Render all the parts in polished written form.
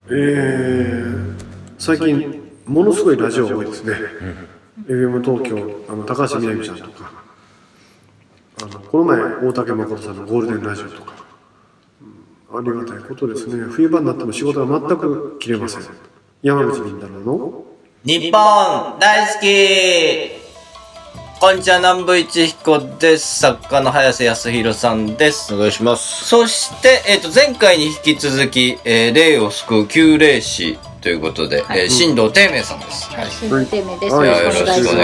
最近ものすごいラジオが多いですね、FM 東京高橋みなみちゃんとかこの前大竹誠さんのゴールデンラジオとか、ありがたいことですね。冬場になっても仕事が全く切れません。山口敏太郎の日本大好き。こんにちは、南部一彦です。作家の早瀬康弘さんです。 お願いします。 そして、前回に引き続き、霊を救う救霊士ということで、新藤貞明さんです。 新藤貞明です。 よろしくお願いし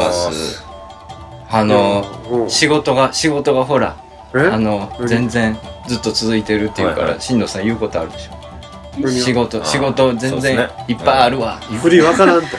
ます。仕事がほら、全然ずっと続いてるっていうから、新藤さん言うことあるでしょ。仕事全然いっぱいあるわ。 振りわからんって。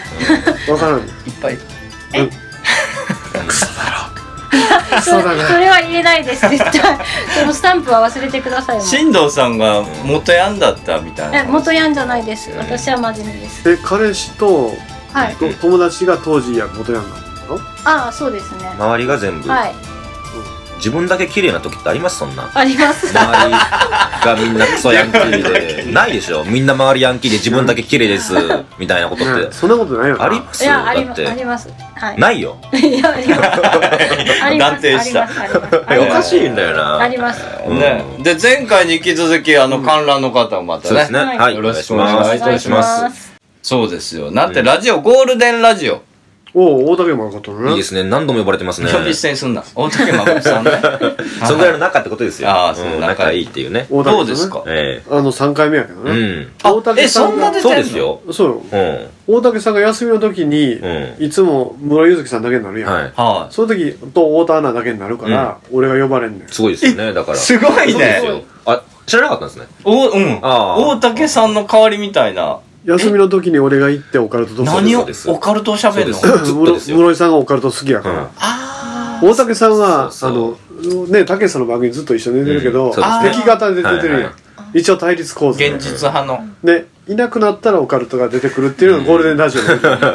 わからん。いっぱい。 クソだろ。 それは言えないです絶対。そのスタンプは忘れてください。 新藤さんが元ヤンだったみたいな。 元ヤンじゃないです。私は真面目です。 彼氏と友達が当時元ヤンなんだろ。 ああ、そうですね。 周りが全部。はい。自分だけ綺麗な時ってあります？そんな。 あります。 周りがみんなクソヤンキーでないでしょ。みんな周りヤンキーで自分だけ綺麗ですみたいなことって。 そんなことないよ。 あります？ いや、あります。はい。 ないよ。 いや、あります。 断定した。 おかしいんだよな。 あります。 ね。で、前回に引き続き観覧の方をまたね。 そうですね。はい。 よろしくお願いいたします。そうですよ。だってラジオ、ゴールデンラジオ。 大竹誠ね。 いいですね。何度も呼ばれてますね。 呼び捨てにすんな。大竹誠さんね。 そのぐらいの仲ってことですよ。 ああ、そう。 仲いいっていうね。 どうですか ？3回目やけどね。 大竹さんがそうですよ。 そうよ。大竹さんが休みの時に、いつも室井ゆずきさんだけになるやん。はい。その時と太田アナだけになるから、俺が呼ばれんねん。 すごいですよね、だから。 すごいね。 あ、知らなかったんですね。 大竹さんの代わりみたいな。 休みの時に俺が行ってオカルトと何をオカルトを喋るの？ 室井さんがオカルト好きやから。大竹さんはたけしさんの番組ずっと一緒に出てるけど敵型で出てるやん。一応対立構造。 現実派の。 でいなくなったらオカルトが出てくるっていうのがゴールデンラジオの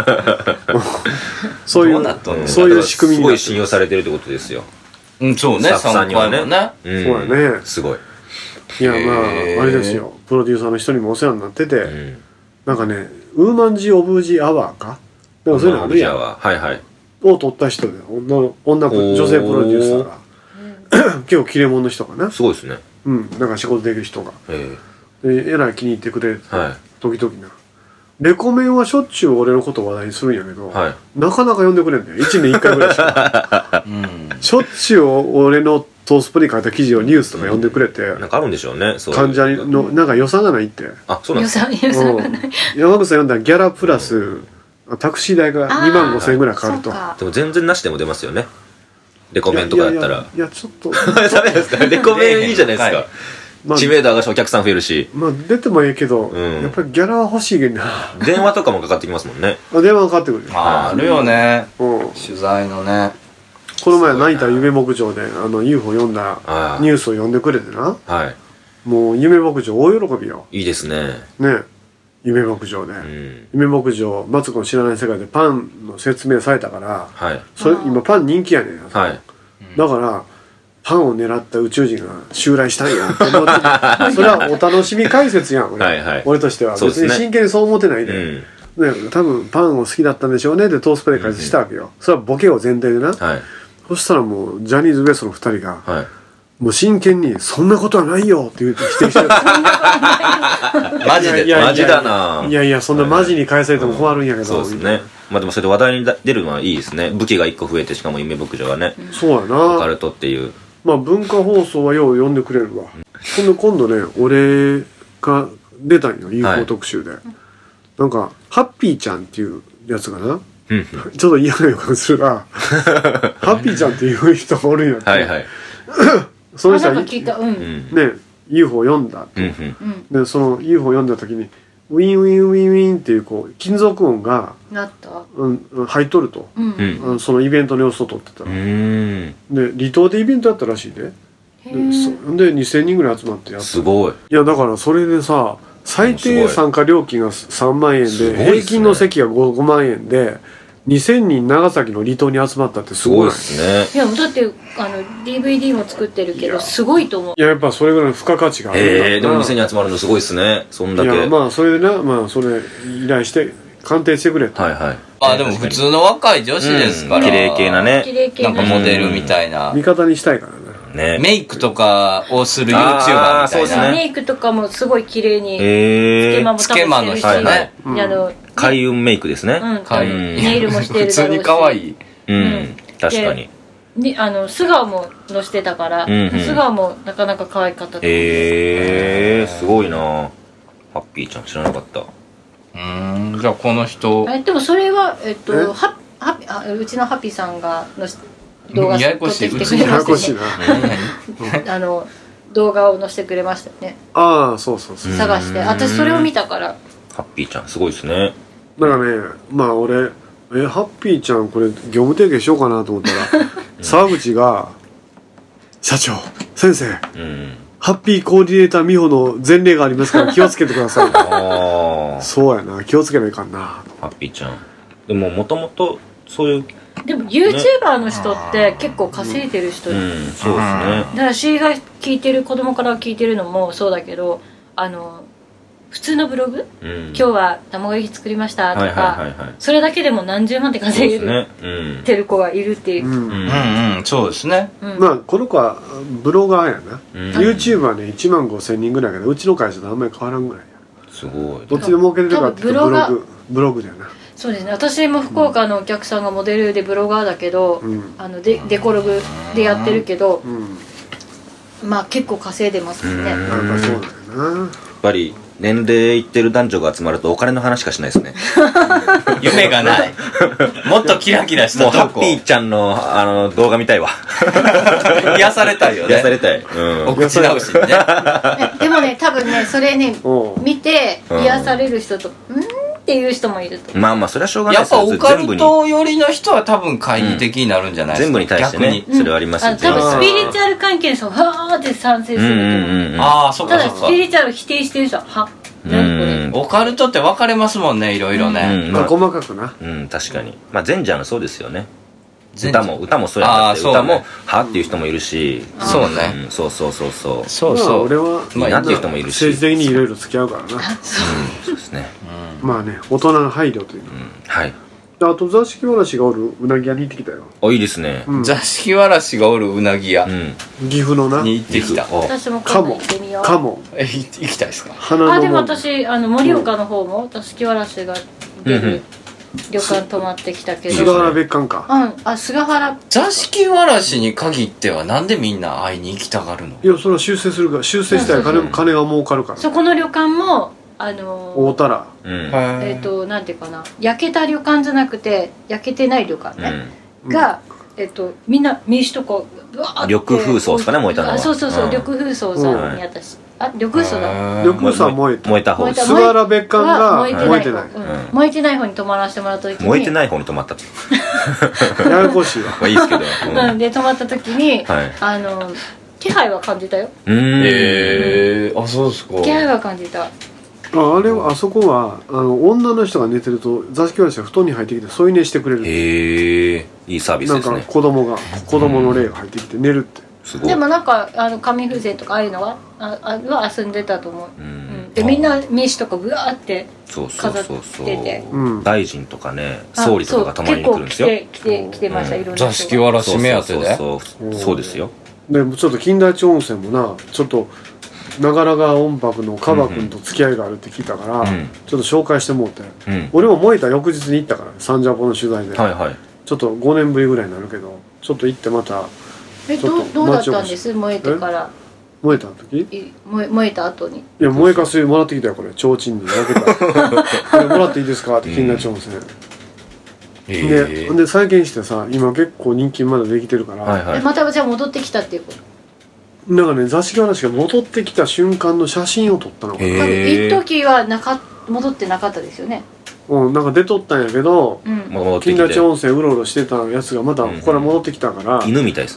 そういう仕組みにすごい信用されてるってことですよ。 そうね。3回もね。 そうやね。 すごい。 いやまああれですよ。プロデューサーの人にもお世話になってて。なんかね、ウーマンジ・オブ・ジ・アワーかなんかそういうのあるやん。 はいはい。 を撮った人で、女性プロデューサーが。結構切れ者の人かな。 すごいですね。 なんか仕事できる人が。えらい気に入ってくれて、時々な。レコメンはしょっちゅう俺のことを話題にするんやけど、なかなか呼んでくれんねん。1年1回ぐらいしか。しょっちゅう俺のトースポに書いた記事をニュースとか読んでくれて、 なんかあるんでしょうね。 患者のなんか予算がないって。 あ、そうなんですか。 予算がない。 山口さん読んだらギャラプラスタクシー代が2万5千円ぐらいかかると。 でも全然なしでも出ますよね。レコメンとかやったら。 いやちょっと。 ダメですか。レコメンいいじゃないですか。知名度上がるしお客さん増えるし。 まあ出てもいいけど、やっぱりギャラは欲しいけどな。 電話とかもかかってきますもんね。 電話かかってくる。 あるよね。取材のね。 この前成田夢牧場でUFO 読んだニュースを読んでくれてな。もう夢牧場大喜びよ。 いいですね。 ね。夢牧場で。夢牧場マツコの知らない世界でパンの説明されたから。今パン人気やねん。だからパンを狙った宇宙人が襲来したんやって思ってそれはお楽しみ解説やん。俺としては別に真剣にそう思ってないで。多分パンを好きだったんでしょうねでトースポで解説したわけよ。それはボケを前提でな。そしたらもうジャニーズ WEST の2人が、もう真剣に「そんなことはないよ」って言って否定してる。 マジだな。 いやいやそんなマジに返されても困るんやけど。 そうですね。まあでもそれで話題に出るのはいいですね。武器が1個増えてしかも夢牧場がね。 そうやな。 オカルトっていう。 まあ文化放送はよう呼んでくれるわ。今度ね俺が出たんよ UFO 特集で。なんかハッピーちゃんっていうやつがな。ちょっと嫌な予感するがハッピーちゃんっていう人がおるんやって。その人はね UFO 読んだってでその UFO 読んだ時にウィンウィンウィンウィンっていうこう金属音が入っとるとそのイベントの様子を撮ってたらで離島でイベントやったらしいで2000人ぐらい集まってやった。 すごい。 いやだからそれでさ最低参加料金が3万円で平均の席が5万円で 2000人長崎の離島に集まったってすすごいごいないですね。 いやだってDVD も作ってるけどすごいと思う。 いややっぱそれぐらいの付加価値があるんだろうな。 でも店に集まるのすごいですね。そんだけ。 いやまあそれでな、まあそれ依頼して鑑定してくれと。 はいはい。 あでも普通の若い女子ですから、 綺麗系なね。 綺麗系なんかモデルみたいな、 味方にしたいからな。 ね。 メイクとかをする YouTuber みあーそうですねたいな、 メイクとかもすごい綺麗につけつけまの人ね、 開運メイクですね。 開運ネイルもしてるだろうし普通に可愛い。 うん。確かに。 素顔も載してたから素顔もなかなか可愛かったと思う。 すごいな。ハッピーちゃん知らなかった。 じゃあこの人でもそれはうちのハッピーさんが動画撮ってきてくれましたね。動画を載せてくれましたよね。 ああそうそうそう。 探して私それを見たから。 ハッピーちゃんすごいですね。 だからねまあ俺ハッピーちゃんこれ業務提携しようかなと思ったら沢口が「社長先生、ハッピーコーディネーター美穂の前例がありますから気をつけてください」そうやな気をつけないかんな。 ハッピーちゃんでももともとそういうでも YouTuber の人って結構稼いでる人、 そうですね。 だから C が聞いてる子供から聞いてるのもそうだけど普通のブログ、今日は卵焼き作りましたとか、それだけでも何十万って稼げるてる子がいるっていう。 そうですね。 まあこの子はブロガーやな。YouTuber ね1万5000人ぐらいやけどうちの会社とあんまり変わらんぐらいや。 すごい。 どっちで儲けてるかっていうとブログだよな。 そうですね。私も福岡のお客さんがモデルでブロガーだけど、デコログでやってるけど、まあ結構稼いでますね。 やっぱそうだよな。 やっぱり年齢いってる男女が集まるとお金の話しかしないですね。 夢がない。もっとキラキラしたもうハッピーちゃんの動画見たいわ。 癒されたいよね。 癒されたい。 お口直しにね。 でもね多分ねそれね見て癒される人とっていう人もいると。 まあまあそれはしょうがないやっぱオカルト寄りの人は多分懐疑的になるんじゃないですか。 全部に対してねそれはありますよ。 多分スピリチュアル関係の人はーって賛成すると思う。 ああそうかそうか。 ただスピリチュアル否定してる人はは何これ。 オカルトって分かれますもんねいろいろね。 まあ細かくな。 確かに。まあ前者のそうですよね。歌もそうやって歌もはっていう人もいるし。 そうね。 そうそうそうそう。 そうそう。 俺はまあなっていう人もいるし。 政治的にいろいろ付き合うからな。 そうですね。 まあね大人の配慮というの。 はい。 あと座敷わらしがおるうなぎ屋に行ってきたよ。 いいですね。 座敷わらしがおるうなぎ屋岐阜のなに行ってきた。 私も今度行ってみよう。 かも行きたいですか。 でも私盛岡の方も座敷わらしが出る旅館泊まってきたけど。 菅原別館か。 菅原。 座敷わらしに限ってはなんでみんな会いに行きたがるの？ いやそれは修正するから修正したら金が儲かるから。 そこの旅館も大田らなんていうかな焼けた旅館じゃなくて焼けてない旅館ねがみんな民主とか緑風荘ですかね燃えたのは。 そう緑風荘さんに私緑風荘だ。 緑風荘は燃えた方。菅原別館が燃えてない。 燃えてない方に泊まらせてもらった時に燃えてない方に泊まったってややこしいわ。 いいですけど。 で泊まった時に気配は感じたよ。 あそうですか。 気配は感じた。 あそこは女の人が寝てると座敷わらしが布団に入ってきて添い寝してくれる。 いいサービスですね。 なんか子供の霊が入ってきて寝るって。 でもなんか紙風船とかああいうのは遊んでたと思う。でみんな名刺とかブワーって飾ってて大臣とかね総理とかがたまに来るんですよ。 来てました。いろんな人が。 座敷わらし目当てで。 そうですよ。 でもちょっと金田一温泉もなちょっと長良川音楽のカバ君と付き合いがあるって聞いたからちょっと紹介してもうて俺も燃えた翌日に行ったからサンジャポの取材でちょっと5年ぶりぐらいになるけどちょっと行ってまたどうだったんです？燃えてから燃えた時燃えた後に。 いや燃えかすもらってきたよこれ提灯に焼けたもらっていいですかって金田一温泉で再現してさ今結構人気まだできてるからまたじゃあ戻ってきたっていうこと。 なんかね座敷わらしが戻ってきた瞬間の写真を撮ったのかな。 多分一時は戻ってなかったですよね。 なんか出とったんやけど金田一温泉うろうろしてたやつがまたここから戻ってきたから犬みたいですね。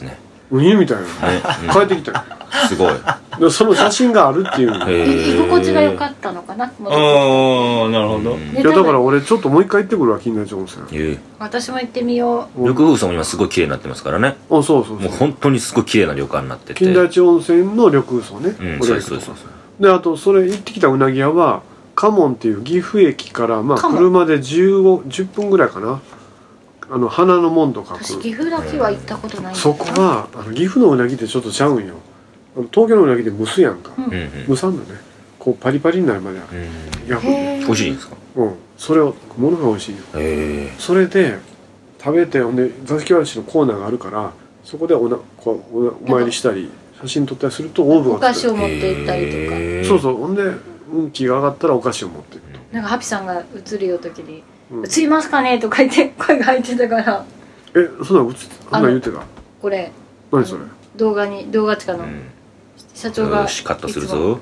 犬みたいな帰ってきたよ。 すごい。 でその写真があるっていう。 居心地が良かったのかな。 なるほど。 いやだから俺ちょっともう一回行ってくるわ、金田一温泉。 私も行ってみよう。 緑風荘も今すごい綺麗になってますからね。 あ、そう。 もう本当にすごい綺麗な旅館になってて。 金田一温泉の緑風荘ね。 そうです。 であとそれ行ってきたうなぎ屋は嘉門っていう岐阜駅からまあ車で10分ぐらいかな。花の門とか。 私岐阜だけは行ったことないんだそこは岐阜のうなぎってちょっとちゃうんよ。東京のうなぎで蒸すやんか。蒸さんだね。こうパリパリになるまで焼く。 美味しいんですか？ それをものが美味しいよ。それで食べて、ほんで座敷わらしのコーナーがあるからそこでお参りしたり写真撮ったりするとオーブンがお菓子を持って行ったりとか。 そうほんで運気が上がったらお菓子を持っていくと。 なんかハピさんが映るよ時に「映りますかね?」とか言って声が入ってたから。 そんなん言ってた？ これ何それ？ 動画地下の社長がよしカットするぞ。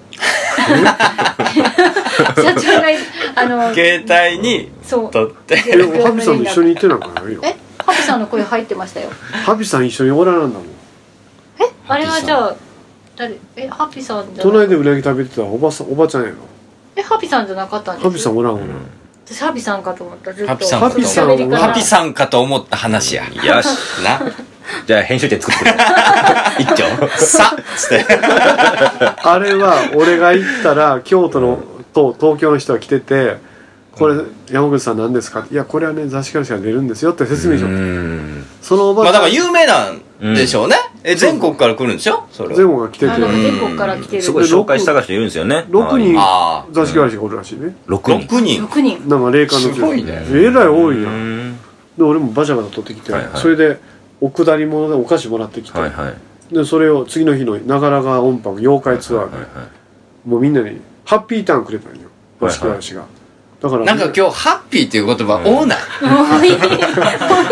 社長が携帯に撮ってハピさんと一緒に行ってなんかないよ。 ハピさんの声入ってましたよ。 ハピさん一緒におらなんだもん。 あれはじゃあ誰？ハピさんじゃ隣でうなぎ食べてたおばちゃんやろ。 ハピさんじゃなかったんですか？ ハピさんおらん。 私ハピさんかと思った。ずっとハピさんかと思った話や。 よしな。じゃあ編集点作ってくれ。一丁さっつって。 あれは俺が行ったら京都のと東京の人が来てて、これ山口さん何ですか？いやこれはね雑誌からしか出るんですよって説明しよう。そのおばまあだから有名なんでしょうね。全国から来るんでしょ？それ全国が来てて、 全国から来てる。 すごい紹介したが人いるんですよね。 6人雑誌からしがおるらしいね。 6 人なんか霊感のすごいね。 えらい多いやん。で俺もバシャバシャ取ってきて、それでお下り物でお菓子もらってきて、でそれを次の日の長良川音波妖怪ツアーでもうみんなにハッピーターンくれたんよ、バシからしが。だからなんか今日ハッピーっていう言葉多ない。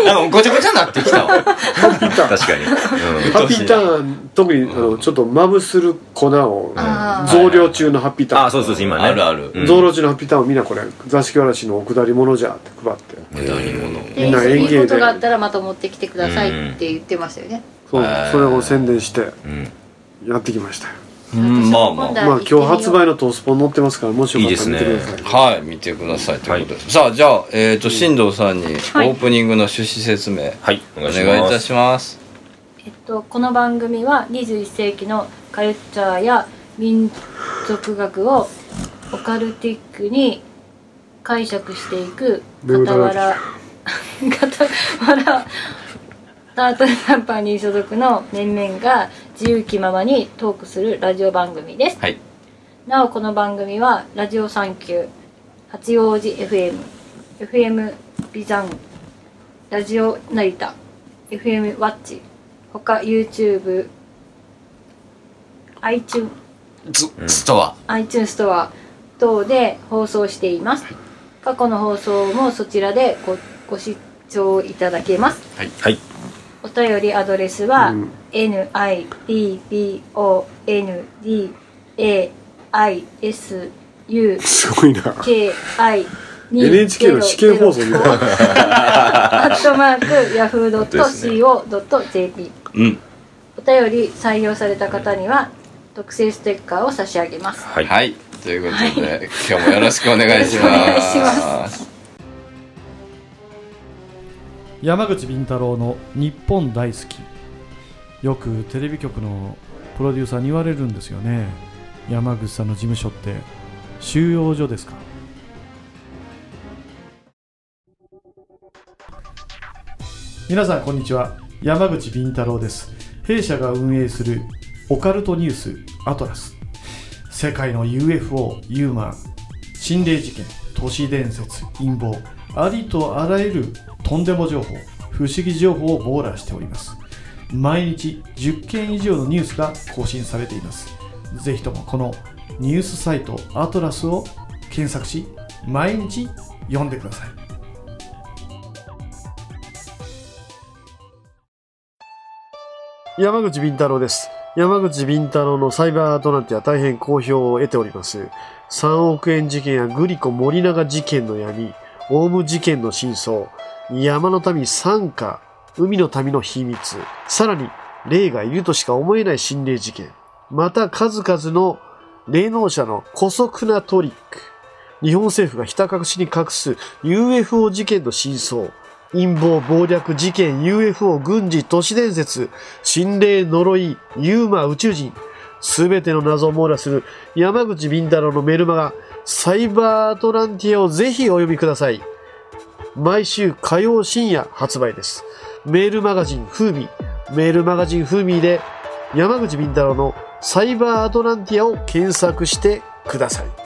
なんかごちゃごちゃになってきたわ。 ハッピーターン確かに。 ハッピーターン特にちょっとまぶする粉を増量中のハッピーターン。 そう今ね。 ある。 増量中のハッピーターンをみんなこれ座敷わらしのお下り物じゃって配って。 下り物。 みんな演芸で。 いいことがあったらまた持ってきてくださいって言ってましたよね。 そう、それを宣伝してやってきましたよ。 まあ今日発売のトースポン載ってますから、もしよかったら見てください。 はい、見てくださいということです。さあじゃあ進藤さんにオープニングの趣旨説明お願いいたします。 この番組は21世紀のカルチャーや民族学をオカルティックに解釈していく傍らタートルカンパニー所属の面々が自由気ままにトークするラジオ番組です。なおこの番組はラジオサンキュー、八王子 FM ビザン、ラジオ成田、FM ワッチ、他 YouTube、iTunes ストア等で放送しています。過去の放送もそちらでご視聴いただけます。お便りアドレスは、nibondaisuki すごいな。NHK の試験放送みたいな。 @yahoo.co.jp。お便り採用された方には特製ステッカーを差し上げます。 はい、ということで今日もよろしくお願いします。 山口敏太郎の日本大好き。よくテレビ局のプロデューサーに言われるんですよね。山口さんの事務所って収容所ですか？皆さんこんにちは、山口敏太郎です。弊社が運営するオカルトニュースアトラス、世界の UFO、ユーマン、心霊事件、都市伝説、陰謀、ありとあらゆるとんでも情報、不思議情報を網羅しております。毎日10件以上のニュースが更新されています。ぜひともこのニュースサイトアトラスを検索し、毎日読んでください。 山口敏太郎です。山口敏太郎のサイバーアトランティア大変好評を得ております。3億円事件やグリコ森永事件の闇、オウム事件の真相、山の民参加、海の民の秘密、さらに霊がいるとしか思えない心霊事件。また数々の霊能者の姑息なトリック。日本政府がひた隠しに隠す UFO 事件の真相。陰謀、暴略、事件、UFO、軍事、都市伝説、心霊、呪い、ユーマ、宇宙人。すべての謎を網羅する山口敏太郎のメルマガ、サイバーアトランティアをぜひお読みください。毎週火曜深夜発売です。メールマガジンフーミー、メールマガジンフーミーで山口敏太郎のサイバーアトランティアを検索してください。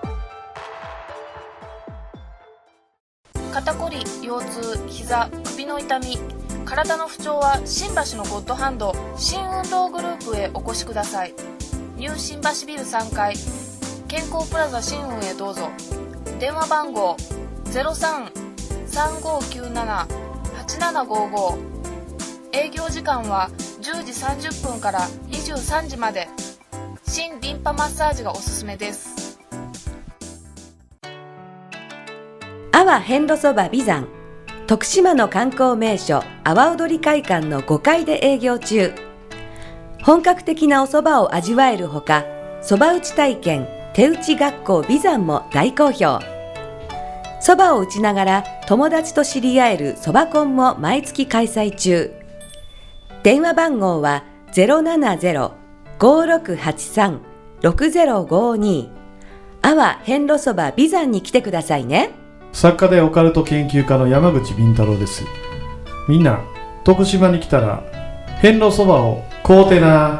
肩こり、腰痛、膝、首の痛み、体の不調は新橋のゴッドハンド新運動グループへお越しください。ニュー新橋ビル3階健康プラザ新運へどうぞ。電話番号 03-3597-8755。 営業時間は10時30分から23時まで。新リンパマッサージがおすすめです。 阿波遍路そば美山、徳島の観光名所阿波踊り会館の5階で営業中。本格的なお蕎麦を味わえるほか、蕎麦打ち体験、手打ち学校美山も大好評。蕎麦を打ちながら友達と知り合える蕎麦コンも毎月開催中。電話番号は 070-5683-6052。阿波遍路そば美山に来てくださいね。 作家でオカルト研究家の山口敏太郎です。みんな徳島に来たら遍路そばを買うてな。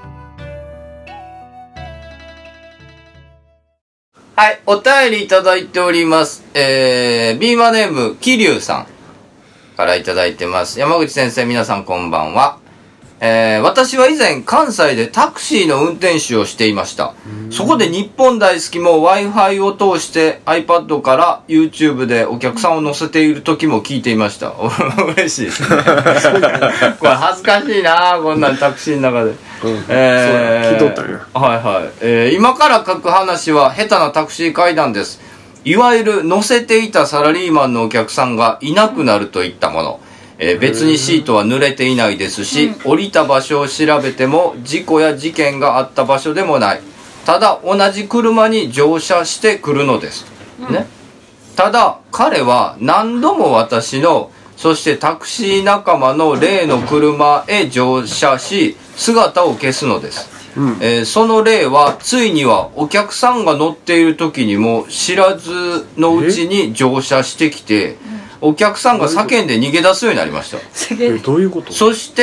はい、お便りいただいております。ビーマネーム桐生さんからいただいてます。山口先生、皆さんこんばんは。私は以前関西でタクシーの運転手をしていました。そこで日本大好きも Wi-Fi を通して iPad から YouTube でお客さんを乗せている時も聞いていました。嬉しいですね。これ恥ずかしいな、こんなんタクシーの中で。 聞いとったんや。 はいはい。今から書く話は下手なタクシー怪談です。いわゆる乗せていたサラリーマンのお客さんがいなくなるといったもの。別にシートは濡れていないですし、降りた場所を調べても事故や事件があった場所でもない。ただ同じ車に乗車してくるのです、ね。ただ彼は何度も私の、そしてタクシー仲間の例の車へ乗車し姿を消すのです、その例はついにはお客さんが乗っている時にも知らずのうちに乗車してきて、お客さんが叫んで逃げ出すようになりました。 どういうこと？ そして、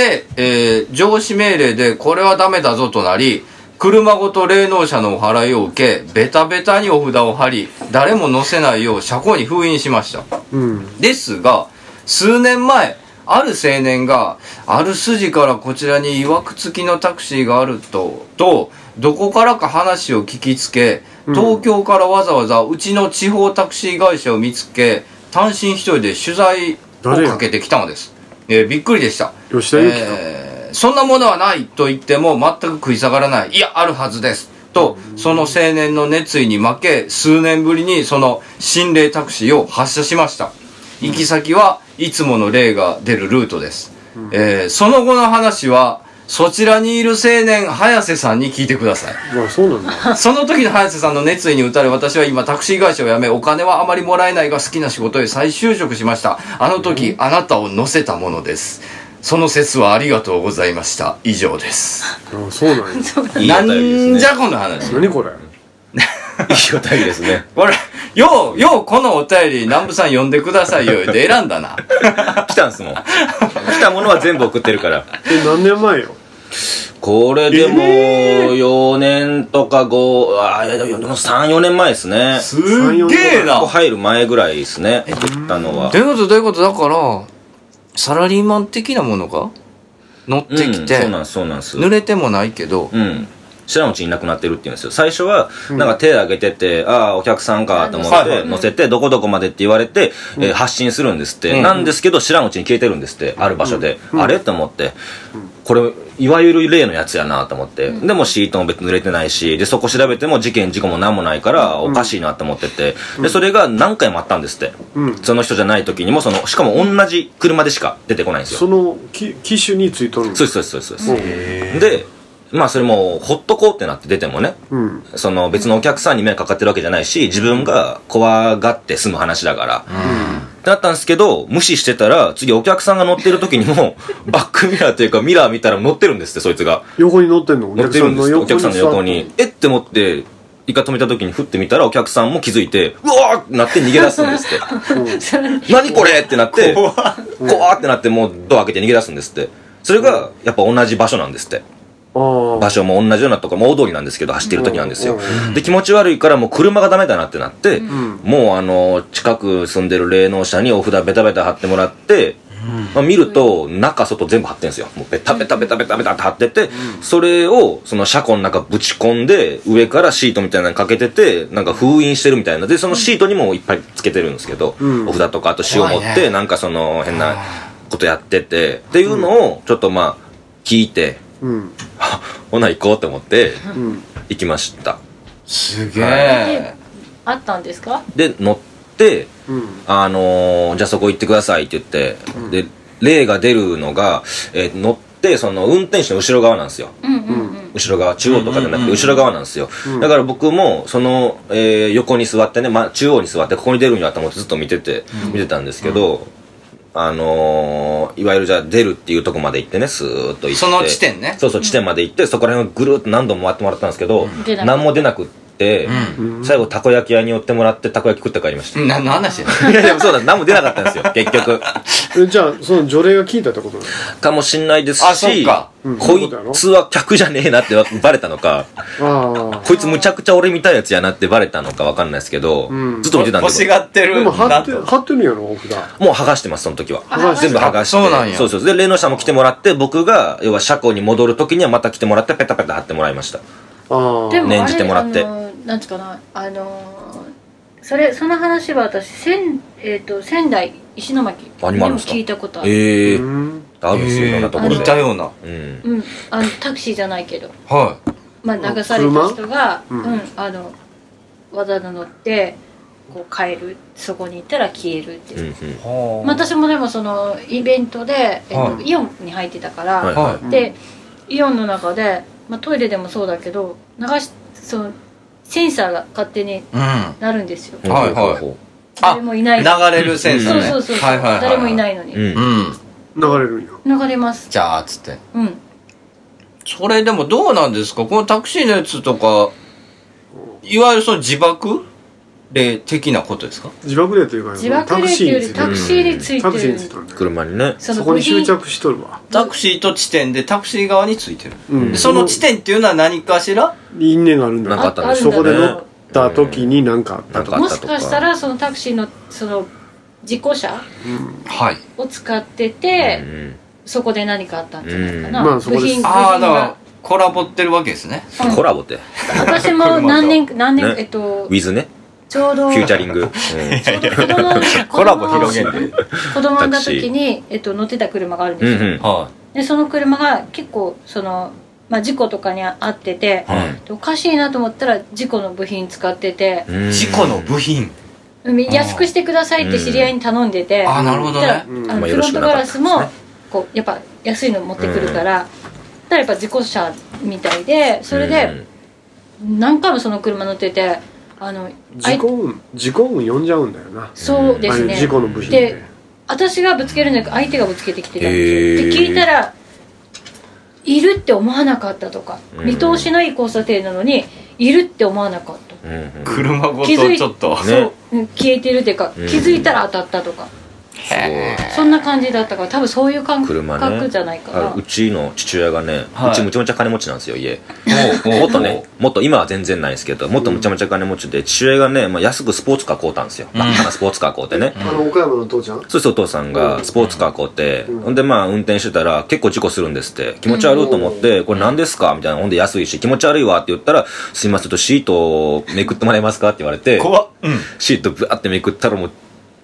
上司命令でこれはダメだぞとなり、車ごと霊能者のお祓いを受け、ベタベタにお札を貼り、誰も乗せないよう車庫に封印しました、ですが数年前、ある青年がある筋からこちらに曰く付きのタクシーがあるとどこからか話を聞きつけ、東京からわざわざうちの地方タクシー会社を見つけ、単身一人で取材をかけてきたのです。びっくりでした。 吉田裕樹か。 そんなものはないと言っても全く食い下がらない。いや、あるはずですと、その青年の熱意に負け、数年ぶりにその心霊タクシーを発車しました。行き先はいつもの霊が出るルートです、その後の話はそちらにいる青年早瀬さんに聞いてください。 そうなんだ。 その時の早瀬さんの熱意に打たれ、私は今タクシー会社を辞め、お金はあまりもらえないが好きな仕事へ再就職しました。あの時、あなたを乗せたものです。その説はありがとうございました。以上です。 そうなんや。なんじゃこの話。 何これ。 いいお便りですね。 これようこのお便り南部さん読んでくださいよで選んだな。 来たんすもん。来たものは全部送ってるから。 何年前よ。 これでも4年とか3、4年前ですね。 すげえな。 入る前ぐらいですね。送ったのは。 どういうことだからサラリーマン的なものが乗ってきて、 そうなんです。 濡れてもないけど、 知らんうちにいなくなってるって言うんですよ。最初はなんか手挙げてて、ああお客さんかと思って乗せて、どこどこまでって言われて、発信するんですって、なんですけど知らんうちに消えてるんですって、ある場所で、あれと思って、これいわゆる例のやつやなと思って、でもシートも別に濡れてないし、でそこ調べても事件事故も何もないからおかしいなと思ってて、でそれが何回もあったんですって、その人じゃない時にもしかも同じ車でしか出てこないんですよ。 その機種についとるんそうですそうですそうです。でまあそれもほっとこうってなって出てもね、その別のお客さんに迷惑かかってるわけじゃないし、自分が怖がって済む話だから、ってなったんですけど、無視してたら次お客さんが乗ってる時にもバックミラーというかミラー見たら乗ってるんですって、そいつが横に乗ってんの、 乗ってるんですお客さんの横に。って思って一回止めた時に振ってみたら、お客さんも気づいてうわーってなって逃げ出すんですって何これってなって怖ーってなって、もうドア開けて逃げ出すんですって。それがやっぱ同じ場所なんですって。場所も同じようなところ、大通りなんですけど走ってる時なんですよ。で気持ち悪いからもう車がダメだなってなって、もう近く住んでる霊能者にお札ベタベタ貼ってもらって、見ると中外全部貼ってんですよ。もうベタベタベタベタベタって貼ってて、それをその車庫の中ぶち込んで上からシートみたいなのかけてて、なんか封印してるみたいなで、そのシートにもいっぱいつけてるんですけど、お札とかあと塩持ってなんかその変なことやっててっていうのをちょっとまあ聞いて、ほな行こうと思って行きました。 すげえ。 あったんですか？ で乗って、じゃあそこ行ってくださいって言って、で霊が出るのが、乗ってその運転手の後ろ側なんですよ。後ろ側、中央とかじゃなくて後ろ側なんですよ。だから僕もその、横に座ってね、中央に座ってここに出るんやと思ってずっと見てたんですけど、いわゆるじゃあ出るっていうとこまで行ってね、スーッと行って、 その地点ね、 そう地点まで行って、そこら辺をぐるっと何度も回ってもらったんですけど、何も出なくって、最後たこ焼き屋に寄ってもらってたこ焼き食って帰りました。 何の話やいやでもそうだ、何も出なかったんですよ結局。 じゃあその除霊が効いたってことなのかもしんないですし、 こいつは客じゃねえなってバレたのか、こいつむちゃくちゃ俺見たいやつやなってバレたのか分かんないですけど、ずっと見てたんで。 欲しがってる。 でも貼ってるんやろ、お札。 もう剥がしてます、その時は。全部剥がして。 そうなんや。 そうそう。で霊能者も来てもらって、僕が要は車庫に戻る時にはまた来てもらってペタペタ貼ってもらいました。念じてもらって。 なんつうかな、その話は私仙台石巻でも聞いたことある。 あるんですよ、いろんなところで。 似たような。 タクシーじゃないけど、 はい。 流された人がわざわざ乗ってこう帰る、そこに行ったら消えるっていう。私もでもそのイベントでイオンに入ってたから、でイオンの中でトイレでもそうだけどそのセンサーが勝手になるんですよ。誰もいない。 流れるセンサーね。 そう誰もいないのに流れるんや。 流れます。 じゃあつって。それでもどうなんですか、このタクシーのやつとか、いわゆるその自爆霊的なことですか？ 自爆霊というか、 自爆霊っていうよりタクシーについてる。 車にね。 そこに執着しとるわ。 タクシーと地点でタクシー側についてる。その地点っていうのは何かしら因縁があるんだ。 なかったんですね。そこで乗った時に何かあったとか。 もしかしたらそのタクシーのその事故車を使ってて、そこで何かあったんじゃないかな。部品だからコラボってるわけですね。 コラボって。 私も何年ウィズね。 ちょうどフューチャリング。 コラボ広げる。 子供産んだ時に乗ってた車があるんですよ。でその車が結構その事故とかにあってて、おかしいなと思ったら事故の部品使ってて。 事故の部品。 安くしてくださいって知り合いに頼んでて。 なるほどね。 フロントガラスもこうやっぱ安いの持ってくるから。だからやっぱ事故車みたいで、それで何回もその車乗ってて、 事故運呼んじゃうんだよな。 そうですね。 事故の部品で私がぶつけるんじゃなく相手がぶつけてきてたんですよ。で聞いたらいるって思わなかったとか、見通しのいい交差点なのにいるって思わなかった、 車ごとちょっとそう消えてるっていうか、気づいたら当たったとか、そんな感じだったから、多分そういう感覚じゃないかな。 うちの父親がね、うちむちゃむちゃ金持ちなんですよ、家。もっと今は全然ないですけど、もっとむちゃむちゃ金持ちで、父親がね、安くスポーツカー買うたんですよ。真っ赤なスポーツカー買うてね。 岡山の父ちゃん？ そうです、お父さんがスポーツカー買うて、ほんで運転してたら結構事故するんですって。気持ち悪いと思って、これ何ですかみたいな。ほんで安いし気持ち悪いわって言ったら、すいません、シートをめくってもらえますかって言われて、シートブワってめくったらもう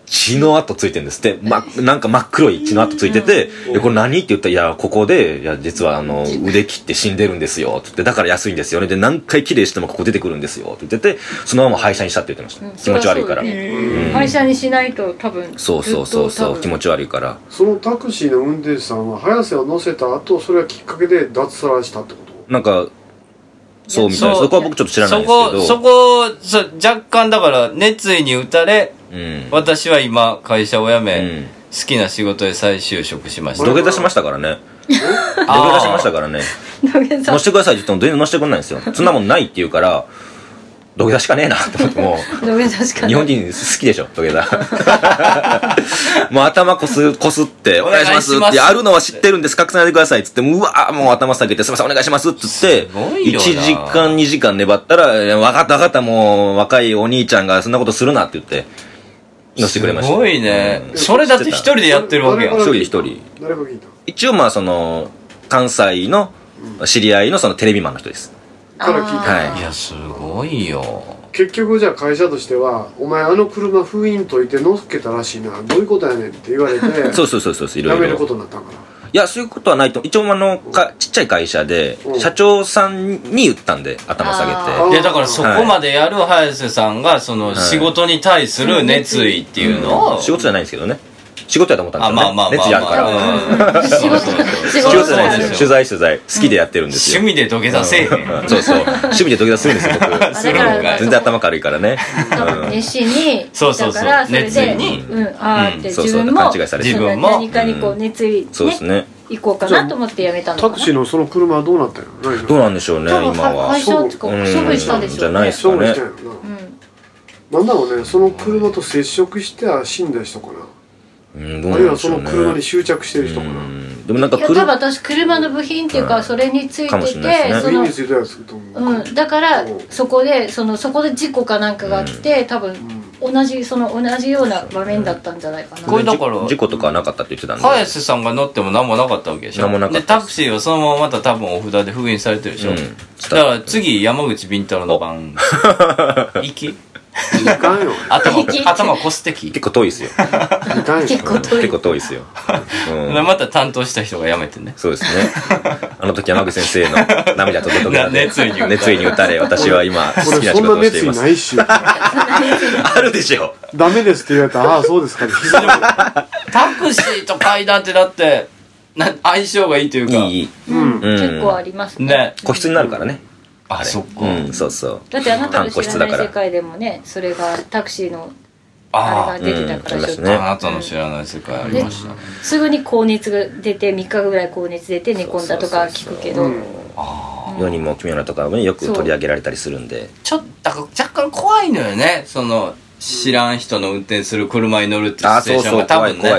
血の跡ついてるんですって。なんか真っ黒い血の跡ついてて、これ何って言ったら、いや、ここで、いや、実は腕切って死んでるんですよ。って言って、だから安いんですよね。で、何回綺麗してもここ出てくるんですよ。って言ってて、そのまま廃車にしたって言ってました。気持ち悪いから。 廃車にしないと多分。 そう、気持ち悪いから。 そのタクシーの運転手さんは、早瀬を乗せた後、それがきっかけで脱サラしたってこと？ なんか、そうみたいです。そこは僕ちょっと知らないんですけど。 そこ、若干だから熱意に打たれ、私は今会社を辞め、好きな仕事へ再就職しました。 土下座しましたからね。土下座しましたからね。乗してくださいって言っても全然乗してくれないんですよ。そんなもんないって言うから、土下座しかねえなって思っても土下座しかない。 日本人好きでしょ、土下座。もう頭こすってお願いしますってやるのは知ってるんです、隠さないでくださいって言って、うわもう頭下げてすいませんお願いしますって言って1時間2時間粘ったら、分かったもう若いお兄ちゃんがそんなことするなって言って乗せてくれました。 すごいね、それだって一人でやってるわけやん。 一人誰が聞いた？ 一応まあその関西の知り合いのそのテレビマンの人です。 から聞いた。 はい。 いやすごいよ。 結局じゃあ会社としては「お前あの車封印解いて乗っけたらしいな、どういうことやねん」って言われてそういろいろ辞めることになったんかな。 いやそういうことはないと。一応ちっちゃい会社で社長さんに言ったんで頭下げて。 いやだからそこまでやる早瀬さんがその仕事に対する熱意っていうのを、 仕事じゃないんですけどね。仕事やと思ったんですよね。熱意あるから。仕事じゃないですよ。取材好きでやってるんですよ。 趣味で土下座せえへん。 そう趣味で土下座するんですよ僕。全然頭軽いからね。 熱心にだからそれであーって自分も何かにこう熱意ね行こうかなと思ってやめたのかな。 タクシーのその車はどうなったの？ どうなんでしょうね今は。 廃車ってか処分したでしょうね。 じゃないですかね。 なんだろうね、その車と接触して死んだ人かな。あるいはその車に執着してる人かな。 でもなんか多分私車の部品っていうかそれについてて、 部品についてやつと思う。 だからそこで事故かなんかがあって多分同じような場面だったんじゃないかな。 これだから事故とかなかったって言ってたんで。 早瀬さんが乗っても何もなかったわけでしょ。 何もなかった。 でタクシーはそのまままた多分お札で封印されてるでしょ。だから次山口敏太郎の番。行きいかんよ。 頭こすってき。 結構遠いですよ。結構遠いですよ。 また担当した人が辞めてね。 そうですね。あの時山口先生の涙と届けた熱意に打たれ、私は今好きな仕事をしています。 俺そんな熱意ないし。 あるでしょ。 ダメですって言われたら、ああそうですかね。 タクシーと階段ってだって相性がいいというか。 いい。 結構ありますね。 個室になるからね。 あ、そっか。 そう。 だってあなたの知らない世界でもね、それがタクシーのあれが出てたからしょ。 あなたの知らない世界ありました。 すぐに高熱が出て3日ぐらい高熱出て寝込んだとか聞くけど。 世にも奇妙なとかもよく取り上げられたりするんで。 ちょっと若干怖いのよね。その知らん人の運転する車に乗るっていうシチュエーションが多分ね。 怖いです。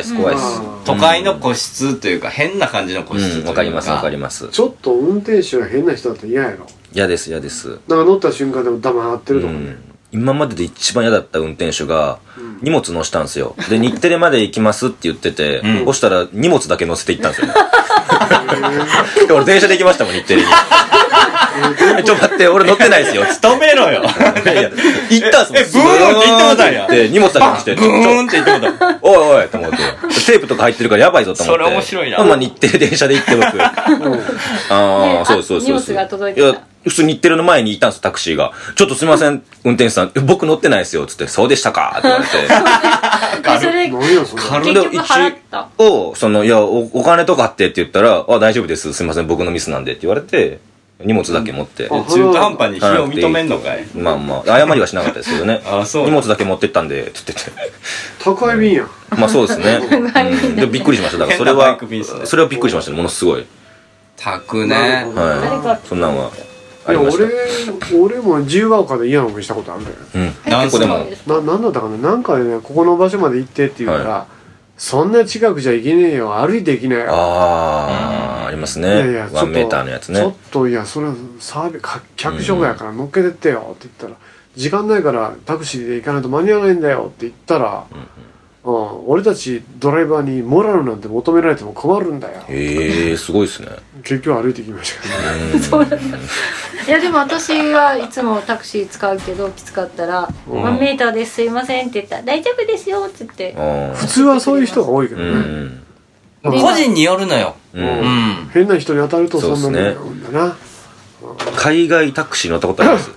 都会の個室というか変な感じの個室というか。 わかります。 ちょっと運転手が変な人だったら嫌やろ。 嫌です。 なんか乗った瞬間でも黙ってるとかね。 今までで一番嫌だった運転手が荷物乗したんですよ。で日テレまで行きますって言ってて、そしたら荷物だけ乗せて行ったんですよ。俺電車で行きましたもん日テレに。ちょっと待って俺乗ってないですよ。 止めろよ。 行ったんすもん。ブーンって言ってもたんや。 荷物だけ乗せて。 ブーンって言ってもた。 おいと思って。テープとか入ってるからやばいぞと思って。 それ面白いな。 日テレ電車で行って僕。そう。 荷物が届いてた。 普通日テレの前にいたんですタクシーが。ちょっとすいません運転手さん僕乗ってないですよつってそうでしたかって言われて。 それ結局払った。 いやお金とかって言ったら大丈夫ですすいません僕のミスなんでって言われて荷物だけ持って。 中途半端に非を認めんのかい。 まあ謝りはしなかったですけどね。荷物だけ持ってったんでって言ってて。 宅配便や。 まあそうですね。でびっくりしました。だからそれはびっくりしましたねものすごい。 宅ね。 そんなんは。 いや俺も自由が丘で嫌な思いしたことあるんだよ。 結構でもなんだったかな、なんかでねここの場所まで行ってって言うからそんな近くじゃ行けねえよ歩いて行きなよ。 ありますね。1メーターのやつね。 ちょっといやそれは客所やから乗っけてってよって言ったら時間ないからタクシーで行かないと間に合わないんだよって言ったら俺たちドライバーにモラルなんて求められても困るんだよ。 すごいですね。 結局歩いてきましたけどね。 そうなんだ。いやでも私はいつもタクシー使うけどきつかったら「ワンメーターですすいません」って言ったら「大丈夫ですよ」って言って。 普通はそういう人が多いけどね。 個人によるのよ。 変な人に当たるとそんなになるんだな。 海外タクシー乗ったことあります？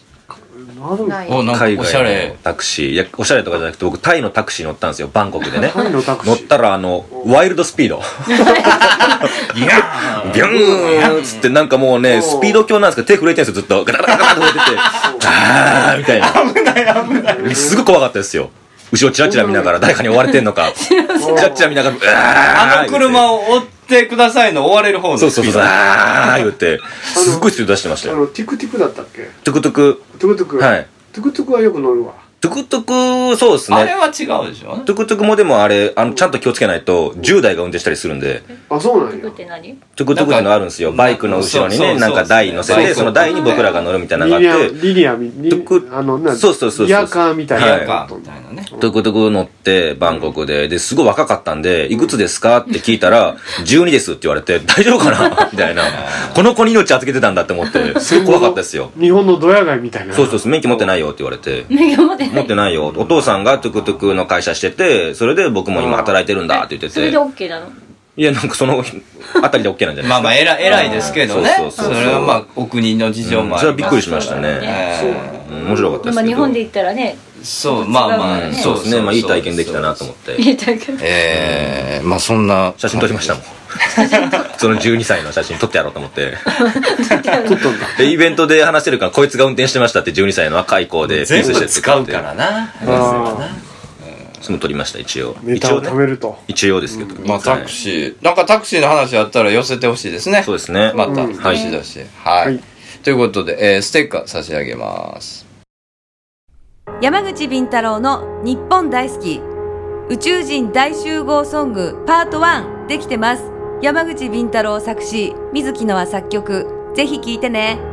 海外のタクシー、いやおしゃれとかじゃなくて僕タイのタクシー乗ったんですよ、バンコクでね。 タイのタクシー乗ったらワイルドスピードビューンっつってなんかもうねスピード強なんですけど手震えてるんですよ、ずっとガタガタガタって震えててあーみたいな。危ないすごい怖かったですよ。後ろチラチラ見ながら誰かに追われてんのかチラチラ見ながらあの車を追ってくださいの追われる方のスピード。 そうそうそうあー言ってすっごいスピード出してましたよ。 ティクティクだったっけ？ トゥクトゥクはい。 トゥクトゥクはよく乗るわ。 トゥクトゥク、そうですね。 あれは違うでしょ。 トゥクトゥクもでもあれ、ちゃんと気をつけないと、10台が運転したりするんで。 あ、そうなんや。 トゥクって何？ トゥクトゥクってのあるんですよ。バイクの後ろにね、なんか台乗せて、その台に僕らが乗るみたいなのがあって。 リニア、 そうそうそう。 リアカーみたいな。 リアカーみたいなね。 トゥクトゥク乗って、バンコクで、すごい若かったんで、いくつですかって聞いたら、12ですって言われて、大丈夫かなみたいな。この子に命預けてたんだって思って、すごい怖かったですよ。 日本のドヤ街みたいな。 そうそうそう、免許持ってないよって言われて。 免許持ってない。 持ってないよ。お父さんがトゥクトゥクの会社してて、それで僕も今働いてるんだって言ってて。 それで OK なの？ いや、なんかそのあたりで OK なんじゃないですか。 まあまあ偉いですけどね。 そうそれはまあお国の事情もある。それはびっくりしましたね。面白かったですけど。 日本で言ったらね。 そう、まあまあ、 そうですね。まあいい体験できたなと思って。 いい体験。 まあそんな。 写真撮りましたもん。その12歳の写真撮ってやろうと思って。撮ったんだ。で、イベントで話してるから、こいつが運転してましたって12歳の若い子で。 全部使うからな。 それも撮りました、一応。 ネタを貯めると。 一応ですけど。 まあタクシー、なんかタクシーの話あったら寄せてほしいですね。 そうですね。 また、どしどし。はい。ということで、ステッカー差し上げます。 山口敏太郎の日本大好き宇宙人大集合ソングパート1できてます。山口敏太郎作詞、水木のは作曲。ぜひ聴いてね。